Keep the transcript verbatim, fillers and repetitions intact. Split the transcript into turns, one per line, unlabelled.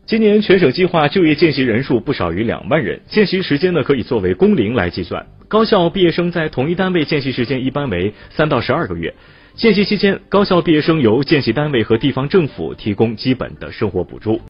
今年全省计划就业见习人数不少于两万人，见习时间呢可以作为工龄来计算。高校毕业生在同一单位见习时间一般为三到十二个月。见习期间，高校毕业生由见习单位和地方政府提供基本的生活补助。